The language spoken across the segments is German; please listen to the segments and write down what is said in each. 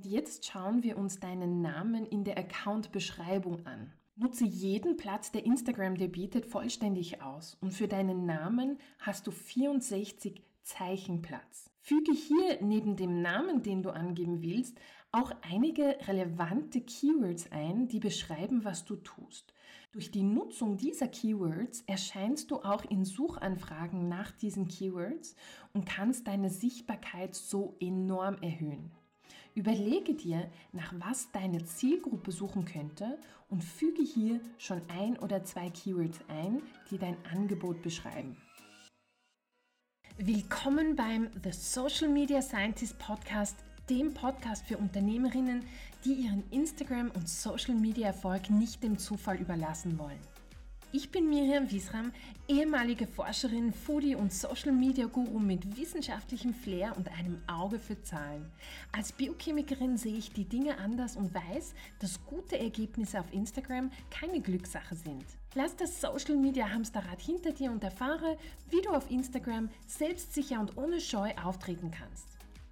jetzt schauen wir uns deinen Namen in der Account-Beschreibung an. Nutze jeden Platz, der Instagram dir bietet, vollständig aus. Und für deinen Namen hast du 64 Zeichen Platz. Füge hier neben dem Namen, den du angeben willst, auch einige relevante Keywords ein, die beschreiben, was du tust. Durch die Nutzung dieser Keywords erscheinst du auch in Suchanfragen nach diesen Keywords und kannst deine Sichtbarkeit so enorm erhöhen. Überlege dir, nach was deine Zielgruppe suchen könnte und füge hier schon 1 oder 2 Keywords ein, die dein Angebot beschreiben. Willkommen beim The Social Media Scientist Podcast, dem Podcast für Unternehmerinnen, die ihren Instagram- und Social-Media-Erfolg nicht dem Zufall überlassen wollen. Ich bin Miriam Wiesram, ehemalige Forscherin, Foodie und Social-Media-Guru mit wissenschaftlichem Flair und einem Auge für Zahlen. Als Biochemikerin sehe ich die Dinge anders und weiß, dass gute Ergebnisse auf Instagram keine Glückssache sind. Lass das Social-Media-Hamsterrad hinter dir und erfahre, wie du auf Instagram selbstsicher und ohne Scheu auftreten kannst.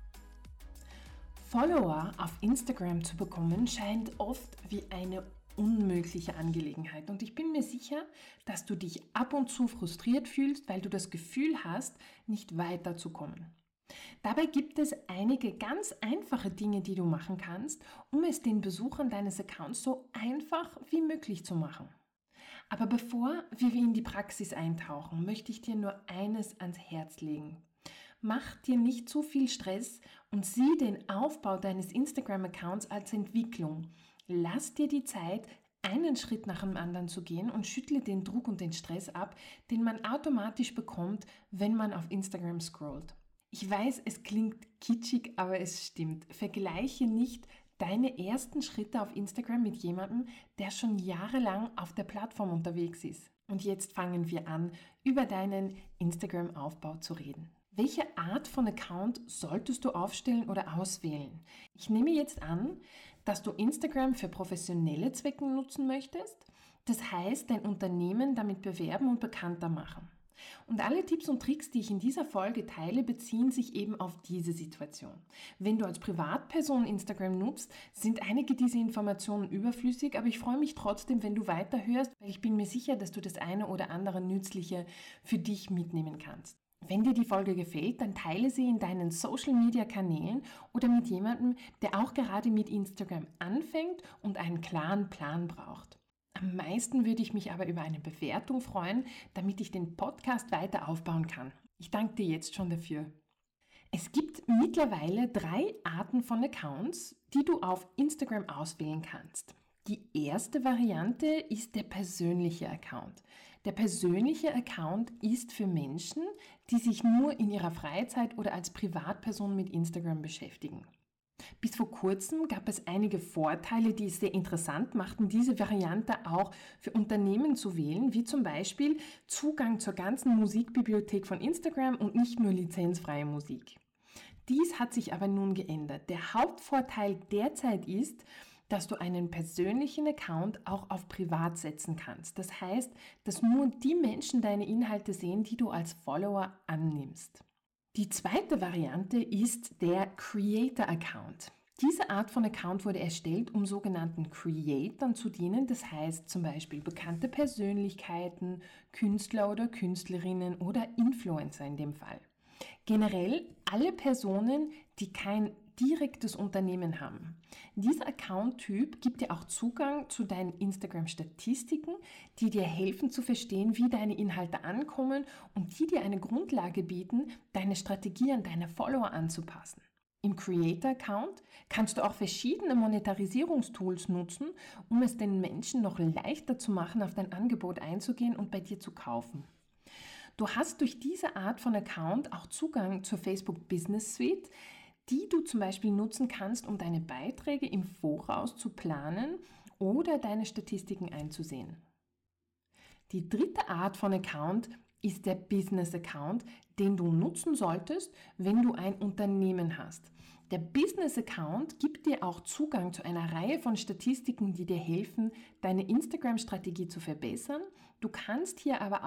Follower auf Instagram zu bekommen, scheint oft wie eine unmögliche Angelegenheit und ich bin mir sicher, dass du dich ab und zu frustriert fühlst, weil du das Gefühl hast, nicht weiterzukommen. Dabei gibt es einige ganz einfache Dinge, die du machen kannst, um es den Besuchern deines Accounts so einfach wie möglich zu machen. Aber bevor wir in die Praxis eintauchen, möchte ich dir nur eines ans Herz legen. Mach dir nicht zu viel Stress und sieh den Aufbau deines Instagram-Accounts als Entwicklung. Lass dir die Zeit, einen Schritt nach dem anderen zu gehen und schüttle den Druck und den Stress ab, den man automatisch bekommt, wenn man auf Instagram scrollt. Ich weiß, es klingt kitschig, aber es stimmt. Vergleiche nicht deine ersten Schritte auf Instagram mit jemandem, der schon jahrelang auf der Plattform unterwegs ist. Und jetzt fangen wir an, über deinen Instagram-Aufbau zu reden. Welche Art von Account solltest du aufstellen oder auswählen? Ich nehme jetzt an, dass du Instagram für professionelle Zwecke nutzen möchtest. Das heißt, dein Unternehmen damit bewerben und bekannter machen. Und alle Tipps und Tricks, die ich in dieser Folge teile, beziehen sich eben auf diese Situation. Wenn du als Privatperson Instagram nutzt, sind einige dieser Informationen überflüssig, aber ich freue mich trotzdem, wenn du weiterhörst, weil ich bin mir sicher, dass du das eine oder andere Nützliche für dich mitnehmen kannst. Wenn dir die Folge gefällt, dann teile sie in deinen Social-Media-Kanälen oder mit jemandem, der auch gerade mit Instagram anfängt und einen klaren Plan braucht. Am meisten würde ich mich aber über eine Bewertung freuen, damit ich den Podcast weiter aufbauen kann. Ich danke dir jetzt schon dafür. Es gibt mittlerweile 3 Arten von Accounts, die du auf Instagram auswählen kannst. Die erste Variante ist der persönliche Account. Der persönliche Account ist für Menschen, die sich nur in ihrer Freizeit oder als Privatperson mit Instagram beschäftigen. Bis vor kurzem gab es einige Vorteile, die es sehr interessant machten, diese Variante auch für Unternehmen zu wählen, wie zum Beispiel Zugang zur ganzen Musikbibliothek von Instagram und nicht nur lizenzfreie Musik. Dies hat sich aber nun geändert. Der Hauptvorteil derzeit ist, dass du einen persönlichen Account auch auf privat setzen kannst. Das heißt, dass nur die Menschen deine Inhalte sehen, die du als Follower annimmst. Die zweite Variante ist der Creator-Account. Diese Art von Account wurde erstellt, um sogenannten Creatern zu dienen, das heißt zum Beispiel bekannte Persönlichkeiten, Künstler oder Künstlerinnen oder Influencer in dem Fall. Generell alle Personen, die kein direktes Unternehmen haben. Dieser Account-Typ gibt dir auch Zugang zu deinen Instagram-Statistiken, die dir helfen zu verstehen, wie deine Inhalte ankommen und die dir eine Grundlage bieten, deine Strategie an deine Follower anzupassen. Im Creator-Account kannst du auch verschiedene Monetarisierungstools nutzen, um es den Menschen noch leichter zu machen, auf dein Angebot einzugehen und bei dir zu kaufen. Du hast durch diese Art von Account auch Zugang zur Facebook Business Suite, die du zum Beispiel nutzen kannst, um deine Beiträge im Voraus zu planen oder deine Statistiken einzusehen. Die dritte Art von Account ist der Business Account, den du nutzen solltest, wenn du ein Unternehmen hast. Der Business Account gibt dir auch Zugang zu einer Reihe von Statistiken, die dir helfen, deine Instagram-Strategie zu verbessern. Du kannst hier aber auch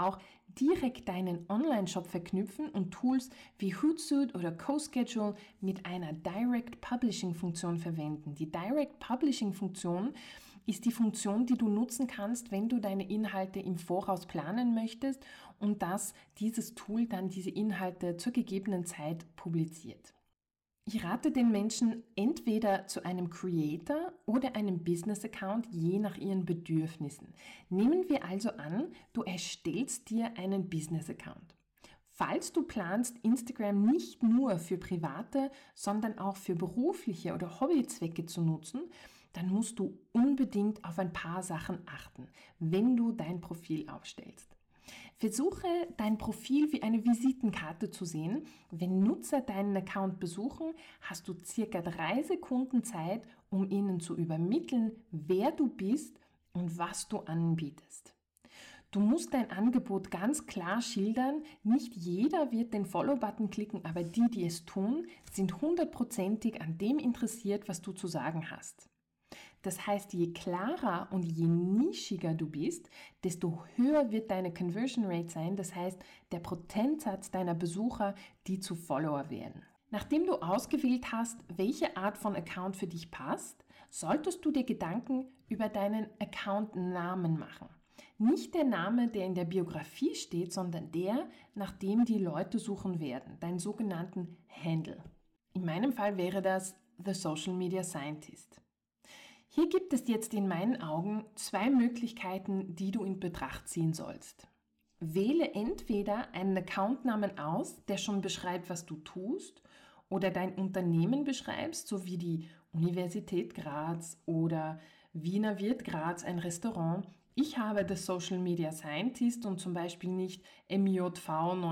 direkt deinen Online-Shop verknüpfen und Tools wie Hootsuite oder CoSchedule mit einer Direct Publishing Funktion verwenden. Die Direct Publishing Funktion ist die Funktion, die du nutzen kannst, wenn du deine Inhalte im Voraus planen möchtest und dass dieses Tool dann diese Inhalte zur gegebenen Zeit publiziert. Ich rate den Menschen entweder zu einem Creator oder einem Business-Account, je nach ihren Bedürfnissen. Nehmen wir also an, du erstellst dir einen Business-Account. Falls du planst, Instagram nicht nur für private, sondern auch für berufliche oder Hobbyzwecke zu nutzen, dann musst du unbedingt auf ein paar Sachen achten, wenn du dein Profil aufstellst. Versuche, dein Profil wie eine Visitenkarte zu sehen. Wenn Nutzer deinen Account besuchen, hast du circa 3 Sekunden Zeit, um ihnen zu übermitteln, wer du bist und was du anbietest. Du musst dein Angebot ganz klar schildern. Nicht jeder wird den Follow-Button klicken, aber die, die es tun, sind 100%ig an dem interessiert, was du zu sagen hast. Das heißt, je klarer und je nischiger du bist, desto höher wird deine Conversion Rate sein, das heißt der Prozentsatz deiner Besucher, die zu Follower werden. Nachdem du ausgewählt hast, welche Art von Account für dich passt, solltest du dir Gedanken über deinen Account-Namen machen. Nicht der Name, der in der Biografie steht, sondern der, nach dem die Leute suchen werden, deinen sogenannten Handle. In meinem Fall wäre das The Social Media Scientist. Hier gibt es jetzt in meinen Augen 2 Möglichkeiten, die du in Betracht ziehen sollst. Wähle entweder einen Accountnamen aus, der schon beschreibt, was du tust, oder dein Unternehmen beschreibst, so wie die Universität Graz oder Wiener Wirt Graz, ein Restaurant. Ich habe The Social Media Scientist und zum Beispiel nicht MJV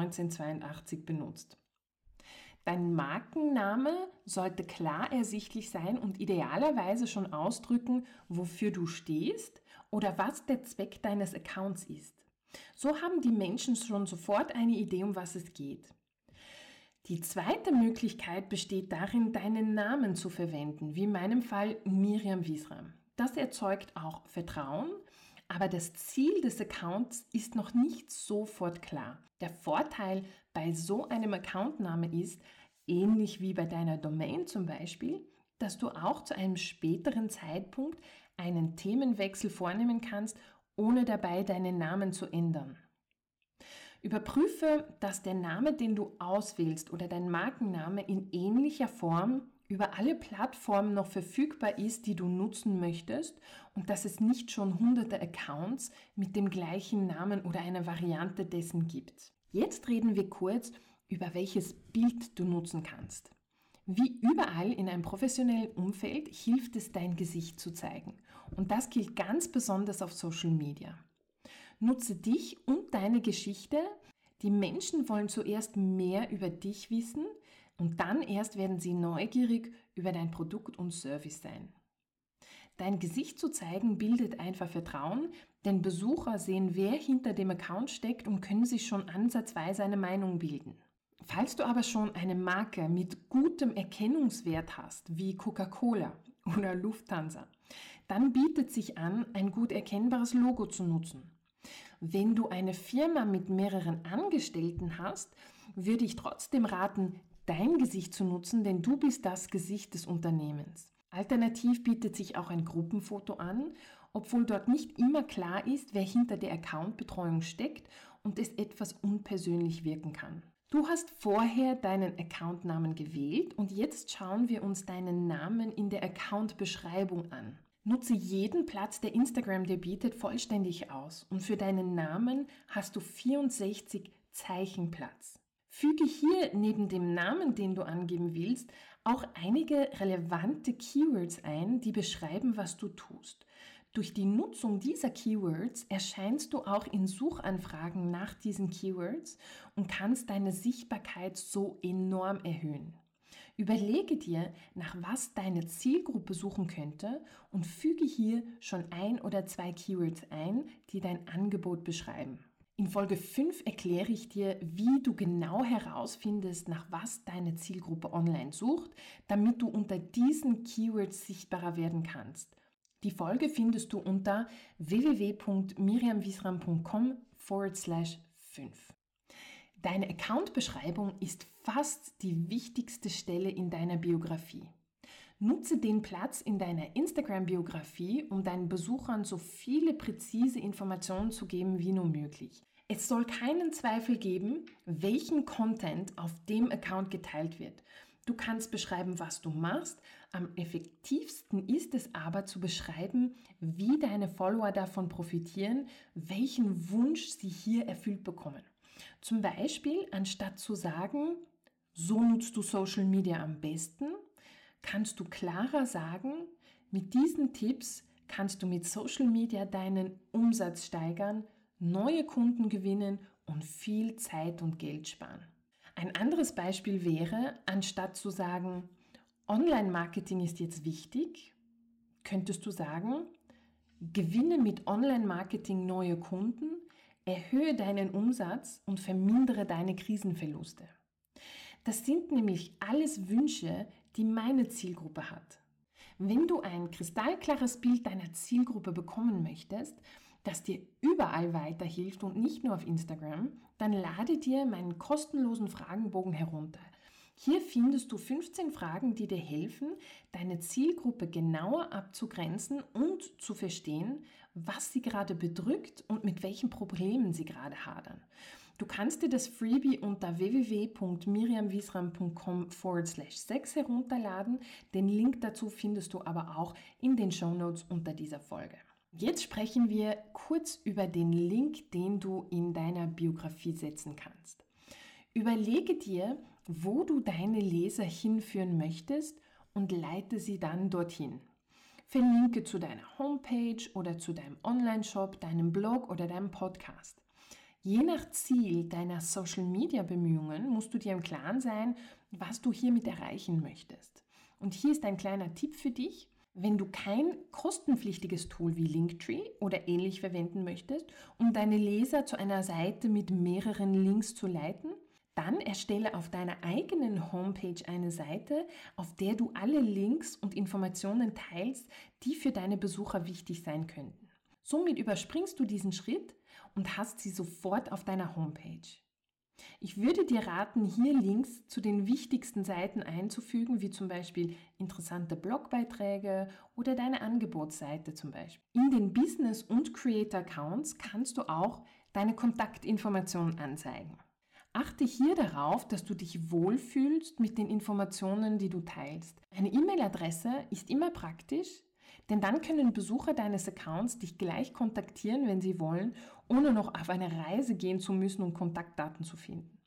1982 benutzt. Dein Markenname sollte klar ersichtlich sein und idealerweise schon ausdrücken, wofür du stehst oder was der Zweck deines Accounts ist. So haben die Menschen schon sofort eine Idee, um was es geht. Die zweite Möglichkeit besteht darin, deinen Namen zu verwenden, wie in meinem Fall Miriam Wiesram. Das erzeugt auch Vertrauen, aber das Ziel des Accounts ist noch nicht sofort klar. Der Vorteil bei so einem Accountname ist, ähnlich wie bei deiner Domain zum Beispiel, dass du auch zu einem späteren Zeitpunkt einen Themenwechsel vornehmen kannst, ohne dabei deinen Namen zu ändern. Überprüfe, dass der Name, den du auswählst oder dein Markenname in ähnlicher Form über alle Plattformen noch verfügbar ist, die du nutzen möchtest und dass es nicht schon hunderte Accounts mit dem gleichen Namen oder einer Variante dessen gibt. Jetzt reden wir kurz über welches Bild du nutzen kannst. Wie überall in einem professionellen Umfeld hilft es, dein Gesicht zu zeigen. Und das gilt ganz besonders auf Social Media. Nutze dich und deine Geschichte. Die Menschen wollen zuerst mehr über dich wissen und dann erst werden sie neugierig über dein Produkt und Service sein. Dein Gesicht zu zeigen bildet einfach Vertrauen, denn Besucher sehen, wer hinter dem Account steckt und können sich schon ansatzweise eine Meinung bilden. Falls du aber schon eine Marke mit gutem Erkennungswert hast, wie Coca-Cola oder Lufthansa, dann bietet sich an, ein gut erkennbares Logo zu nutzen. Wenn du eine Firma mit mehreren Angestellten hast, würde ich trotzdem raten, dein Gesicht zu nutzen, denn du bist das Gesicht des Unternehmens. Alternativ bietet sich auch ein Gruppenfoto an, obwohl dort nicht immer klar ist, wer hinter der Accountbetreuung steckt und es etwas unpersönlich wirken kann. Du hast vorher deinen Accountnamen gewählt und jetzt schauen wir uns deinen Namen in der Accountbeschreibung an. Nutze jeden Platz, der Instagram dir bietet, vollständig aus und für deinen Namen hast du 64 Zeichen Platz. Füge hier neben dem Namen, den du angeben willst, auch einige relevante Keywords ein, die beschreiben, was du tust. Durch die Nutzung dieser Keywords erscheinst du auch in Suchanfragen nach diesen Keywords und kannst deine Sichtbarkeit so enorm erhöhen. Überlege dir, nach was deine Zielgruppe suchen könnte und füge hier schon 1 oder 2 Keywords ein, die dein Angebot beschreiben. In Folge 5 erkläre ich dir, wie du genau herausfindest, nach was deine Zielgruppe online sucht, damit du unter diesen Keywords sichtbarer werden kannst. Die Folge findest du unter www.miriamwiesram.com/5. 5. Deine Account-Beschreibung ist fast die wichtigste Stelle in deiner Biografie. Nutze den Platz in deiner Instagram-Biografie, um deinen Besuchern so viele präzise Informationen zu geben wie nur möglich. Es soll keinen Zweifel geben, welchen Content auf dem Account geteilt wird. Du kannst beschreiben, was du machst. Am effektivsten ist es aber zu beschreiben, wie deine Follower davon profitieren, welchen Wunsch sie hier erfüllt bekommen. Zum Beispiel, anstatt zu sagen, so nutzt du Social Media am besten, kannst du klarer sagen, mit diesen Tipps kannst du mit Social Media deinen Umsatz steigern, neue Kunden gewinnen und viel Zeit und Geld sparen. Ein anderes Beispiel wäre, anstatt zu sagen, Online-Marketing ist jetzt wichtig, könntest du sagen, gewinne mit Online-Marketing neue Kunden, erhöhe deinen Umsatz und vermindere deine Krisenverluste. Das sind nämlich alles Wünsche, die meine Zielgruppe hat. Wenn du ein kristallklares Bild deiner Zielgruppe bekommen möchtest, das dir überall weiterhilft und nicht nur auf Instagram, dann lade dir meinen kostenlosen Fragenbogen herunter. Hier findest du 15 Fragen, die dir helfen, deine Zielgruppe genauer abzugrenzen und zu verstehen, was sie gerade bedrückt und mit welchen Problemen sie gerade hadern. Du kannst dir das Freebie unter www.miriamwiesram.com/6 herunterladen. Den Link dazu findest du aber auch in den Shownotes unter dieser Folge. Jetzt sprechen wir kurz über den Link, den du in deiner Biografie setzen kannst. Überlege dir, wo du deine Leser hinführen möchtest und leite sie dann dorthin. Verlinke zu deiner Homepage oder zu deinem Online-Shop, deinem Blog oder deinem Podcast. Je nach Ziel deiner Social-Media-Bemühungen musst du dir im Klaren sein, was du hiermit erreichen möchtest. Und hier ist ein kleiner Tipp für dich. Wenn du kein kostenpflichtiges Tool wie Linktree oder ähnlich verwenden möchtest, um deine Leser zu einer Seite mit mehreren Links zu leiten, dann erstelle auf deiner eigenen Homepage eine Seite, auf der du alle Links und Informationen teilst, die für deine Besucher wichtig sein könnten. Somit überspringst du diesen Schritt und hast sie sofort auf deiner Homepage. Ich würde dir raten, hier Links zu den wichtigsten Seiten einzufügen, wie zum Beispiel interessante Blogbeiträge oder deine Angebotsseite zum Beispiel. In den Business- und Creator-Accounts kannst du auch deine Kontaktinformationen anzeigen. Achte hier darauf, dass du dich wohlfühlst mit den Informationen, die du teilst. Eine E-Mail-Adresse ist immer praktisch, denn dann können Besucher deines Accounts dich gleich kontaktieren, wenn sie wollen, ohne noch auf eine Reise gehen zu müssen, um Kontaktdaten zu finden.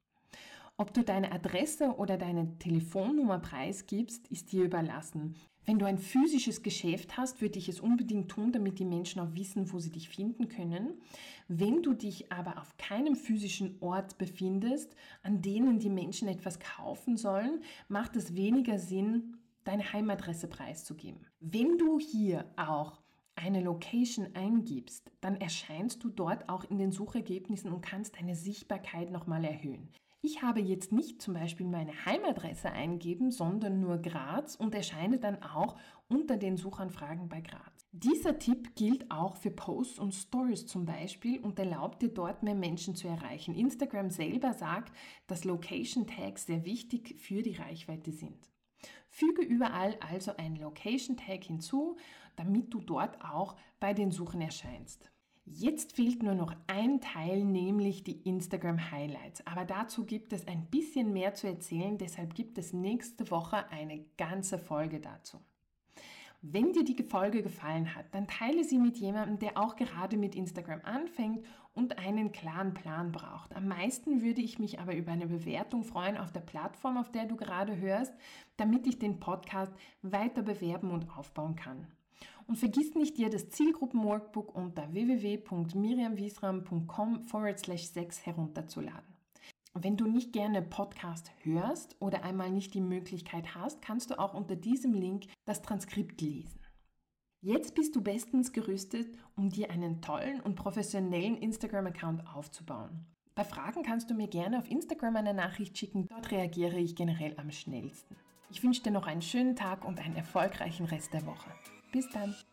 Ob du deine Adresse oder deine Telefonnummer preisgibst, ist dir überlassen. Wenn du ein physisches Geschäft hast, würde ich es unbedingt tun, damit die Menschen auch wissen, wo sie dich finden können. Wenn du dich aber auf keinem physischen Ort befindest, an denen die Menschen etwas kaufen sollen, macht es weniger Sinn, deine Heimadresse preiszugeben. Wenn du hier auch eine Location eingibst, dann erscheinst du dort auch in den Suchergebnissen und kannst deine Sichtbarkeit nochmal erhöhen. Ich habe jetzt nicht zum Beispiel meine Heimadresse eingeben, sondern nur Graz und erscheine dann auch unter den Suchanfragen bei Graz. Dieser Tipp gilt auch für Posts und Stories zum Beispiel und erlaubt dir dort mehr Menschen zu erreichen. Instagram selber sagt, dass Location Tags sehr wichtig für die Reichweite sind. Füge überall also einen Location Tag hinzu, damit du dort auch bei den Suchen erscheinst. Jetzt fehlt nur noch ein Teil, nämlich die Instagram Highlights. Aber dazu gibt es ein bisschen mehr zu erzählen, deshalb gibt es nächste Woche eine ganze Folge dazu. Wenn dir die Folge gefallen hat, dann teile sie mit jemandem, der auch gerade mit Instagram anfängt und einen klaren Plan braucht. Am meisten würde ich mich aber über eine Bewertung freuen auf der Plattform, auf der du gerade hörst, damit ich den Podcast weiter bewerben und aufbauen kann. Und vergiss nicht, dir das Zielgruppen-Workbook unter www.miriamwiesram.com/6 herunterzuladen. Wenn du nicht gerne Podcast hörst oder einmal nicht die Möglichkeit hast, kannst du auch unter diesem Link das Transkript lesen. Jetzt bist du bestens gerüstet, um dir einen tollen und professionellen Instagram-Account aufzubauen. Bei Fragen kannst du mir gerne auf Instagram eine Nachricht schicken, dort reagiere ich generell am schnellsten. Ich wünsche dir noch einen schönen Tag und einen erfolgreichen Rest der Woche. Bis dann!